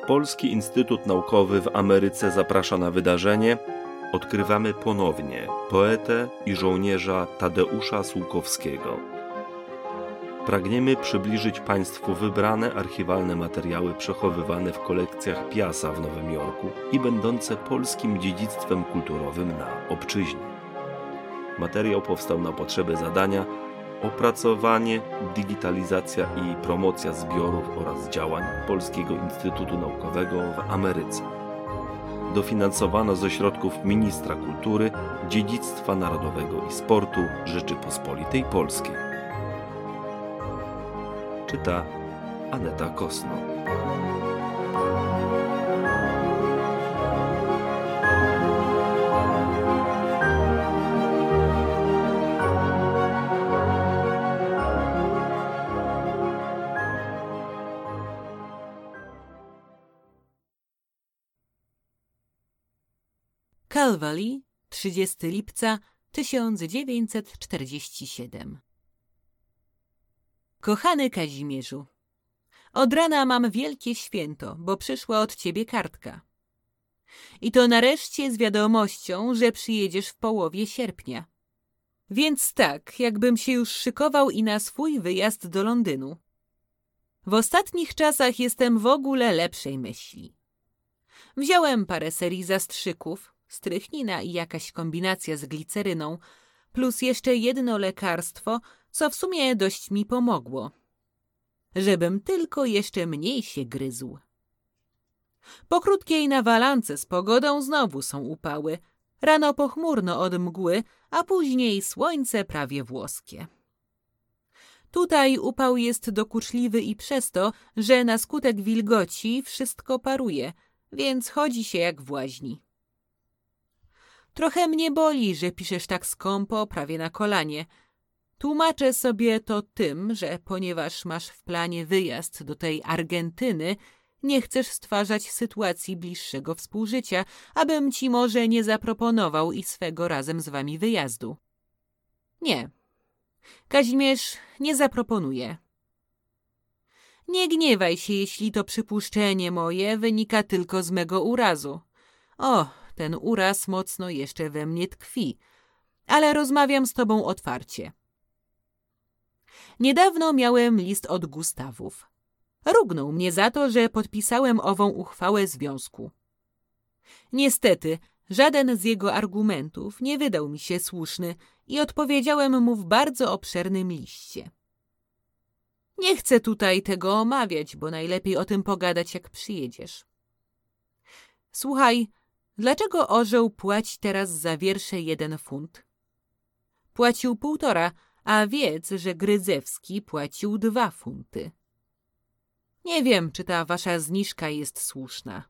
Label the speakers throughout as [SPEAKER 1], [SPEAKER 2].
[SPEAKER 1] Polski Instytut Naukowy w Ameryce zaprasza na wydarzenie Odkrywamy ponownie poetę i żołnierza Tadeusza Sułkowskiego. Pragniemy przybliżyć Państwu wybrane archiwalne materiały przechowywane w kolekcjach Piasa w Nowym Jorku i będące polskim dziedzictwem kulturowym na obczyźnie. Materiał powstał na potrzeby zadania opracowanie, digitalizacja i promocja zbiorów oraz działań Polskiego Instytutu Naukowego w Ameryce. Dofinansowano ze środków Ministra Kultury, Dziedzictwa Narodowego i Sportu Rzeczypospolitej Polskiej. Czyta Aneta Kosno.
[SPEAKER 2] Cal Valley, 30 lipca 1947. Kochany Kazimierzu, od rana mam wielkie święto, bo przyszła od ciebie kartka. I to nareszcie z wiadomością, że przyjedziesz w połowie sierpnia. Więc tak, jakbym się już szykował i na swój wyjazd do Londynu. W ostatnich czasach jestem w ogóle lepszej myśli. Wziąłem parę serii zastrzyków, strychnina i jakaś kombinacja z gliceryną, plus jeszcze jedno lekarstwo, co w sumie dość mi pomogło. Żebym tylko jeszcze mniej się gryzł. Po krótkiej nawalance z pogodą znowu są upały. Rano pochmurno od mgły, a później słońce prawie włoskie. Tutaj upał jest dokuczliwy i przez to, że na skutek wilgoci wszystko paruje, więc chodzi się jak w łaźni. Trochę mnie boli, że piszesz tak skąpo, prawie na kolanie. Tłumaczę sobie to tym, że ponieważ masz w planie wyjazd do tej Argentyny, nie chcesz stwarzać sytuacji bliższego współżycia, abym ci może nie zaproponował i swego razem z wami wyjazdu. Nie. Kazimierz, nie zaproponuję. Nie gniewaj się, jeśli to przypuszczenie moje wynika tylko z mego urazu. O, ten uraz mocno jeszcze we mnie tkwi, ale rozmawiam z tobą otwarcie. Niedawno miałem list od Gustawów. Rugnął mnie za to, że podpisałem ową uchwałę związku. Niestety, żaden z jego argumentów nie wydał mi się słuszny i odpowiedziałem mu w bardzo obszernym liście. Nie chcę tutaj tego omawiać, bo najlepiej o tym pogadać, jak przyjedziesz. Słuchaj, dlaczego orzeł płaci teraz za wiersze 1 funt? Płacił 1,5, a wiedz, że Grydzewski płacił 2 funty. Nie wiem, czy ta wasza zniżka jest słuszna.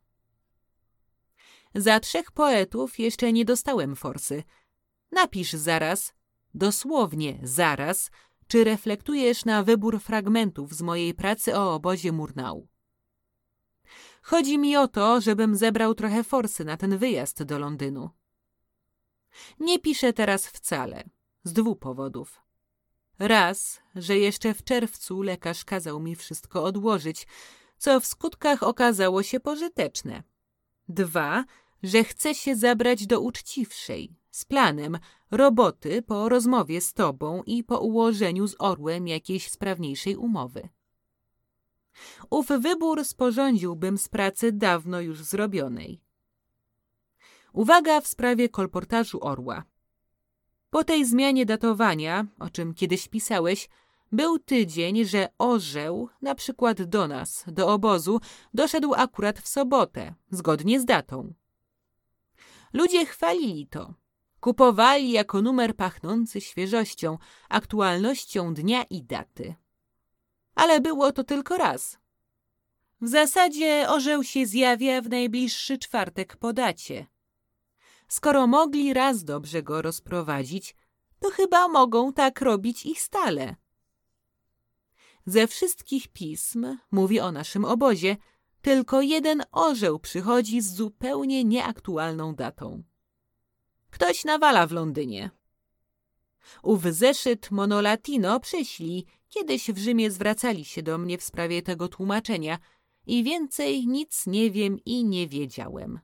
[SPEAKER 2] Za 3 poetów jeszcze nie dostałem forsy. Napisz zaraz, dosłownie zaraz, czy reflektujesz na wybór fragmentów z mojej pracy o obozie Murnau. Chodzi mi o to, żebym zebrał trochę forsy na ten wyjazd do Londynu. Nie piszę teraz wcale, z 2 powodów. Raz, że jeszcze w czerwcu lekarz kazał mi wszystko odłożyć, co w skutkach okazało się pożyteczne. 2, że chcę się zabrać do uczciwszej, z planem, roboty po rozmowie z tobą i po ułożeniu z Orłem jakiejś sprawniejszej umowy. Ów wybór sporządziłbym z pracy dawno już zrobionej. Uwaga w sprawie kolportażu Orła. Po tej zmianie datowania, o czym kiedyś pisałeś, był tydzień, że orzeł, na przykład do nas, do obozu, doszedł akurat w sobotę, zgodnie z datą. Ludzie chwalili to. Kupowali jako numer pachnący świeżością, aktualnością dnia i daty. Ale było to tylko raz. W zasadzie orzeł się zjawia w najbliższy czwartek po dacie. Skoro mogli raz dobrze go rozprowadzić, to chyba mogą tak robić i stale. Ze wszystkich pism, mówi o naszym obozie, tylko 1 orzeł przychodzi z zupełnie nieaktualną datą. Ktoś nawala w Londynie. Ów zeszyt Monolatino przyślij. Kiedyś w Rzymie zwracali się do mnie w sprawie tego tłumaczenia. i więcej nic nie wiem i nie wiedziałem.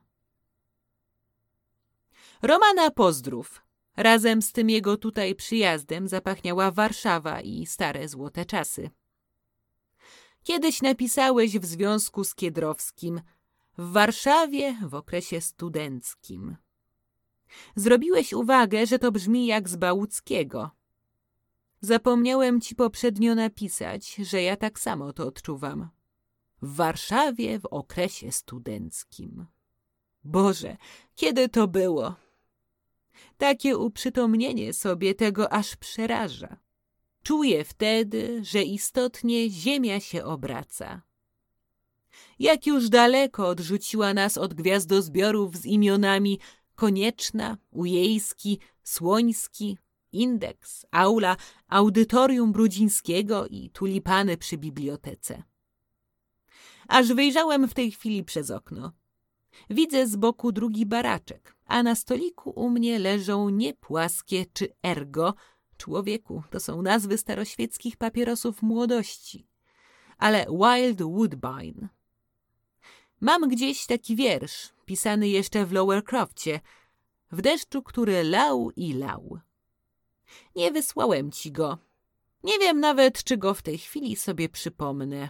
[SPEAKER 2] Romana pozdrów. Razem z tym jego tutaj przyjazdem zapachniała Warszawa i stare złote czasy. Kiedyś napisałeś w związku z Kiedrowskim w Warszawie w okresie studenckim. Zrobiłeś uwagę, że to brzmi jak z Bałuckiego. Zapomniałem ci poprzednio napisać, że ja tak samo to odczuwam. W Warszawie w okresie studenckim. Boże, kiedy to było? Takie uprzytomnienie sobie tego aż przeraża. Czuję wtedy, że istotnie ziemia się obraca. Jak już daleko odrzuciła nas od gwiazdozbiorów z imionami Konieczna, Ujejski, Słoński, Indeks, Aula, Audytorium Brudzińskiego i tulipany przy bibliotece. Aż wyjrzałem w tej chwili przez okno. Widzę z boku drugi baraczek, a na stoliku u mnie leżą nie płaskie czy ergo, człowieku, to są nazwy staroświeckich papierosów młodości, ale Wild Woodbine. Mam gdzieś taki wiersz, pisany jeszcze w Lower Croftie, w deszczu, który lał i lał. Nie wysłałem ci go. Nie wiem nawet, czy go w tej chwili sobie przypomnę.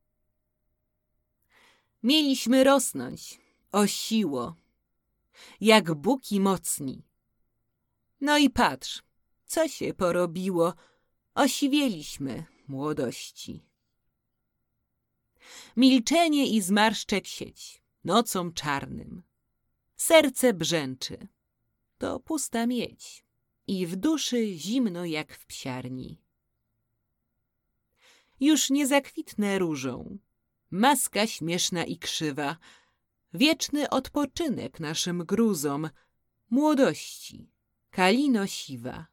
[SPEAKER 2] Mieliśmy rosnąć, o siło, jak buki mocni. No i patrz, co się porobiło, osiwieliśmy, młodości. Milczenie i zmarszczek sieć, nocą czarnym. Serce brzęczy, to pusta miedź i w duszy zimno jak w psiarni. Już nie zakwitnę różą, maska śmieszna i krzywa, wieczny odpoczynek naszym gruzom, młodości, kalino siwa.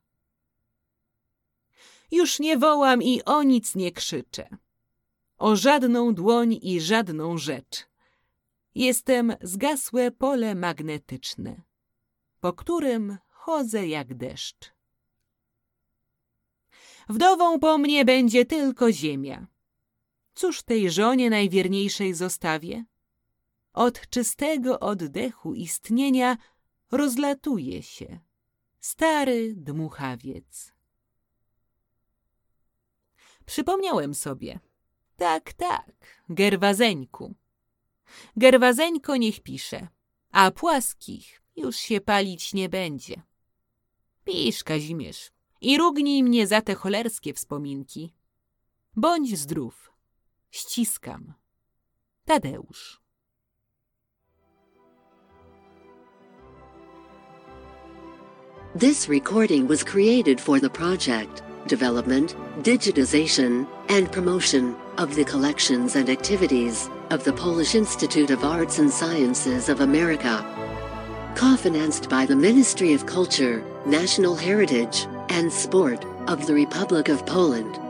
[SPEAKER 2] Już nie wołam i o nic nie krzyczę, o żadną dłoń i żadną rzecz. Jestem zgasłe pole magnetyczne, po którym chodzę jak deszcz. Wdową po mnie będzie tylko ziemia. Cóż tej żonie najwierniejszej zostawię? Od czystego oddechu istnienia rozlatuje się stary dmuchawiec. Przypomniałem sobie. Tak, Gerwazeńku. Gerwazeńko niech pisze, a płaskich już się palić nie będzie. Pisz, Kazimierz, i rugnij mnie za te cholerskie wspominki. Bądź zdrów. Ściskam. Tadeusz.
[SPEAKER 3] This recording was created for the project, development, digitization, and promotion of the collections and activities of the Polish Institute of Arts and Sciences of America, co-financed by the Ministry of Culture, National Heritage, and Sport of the Republic of Poland.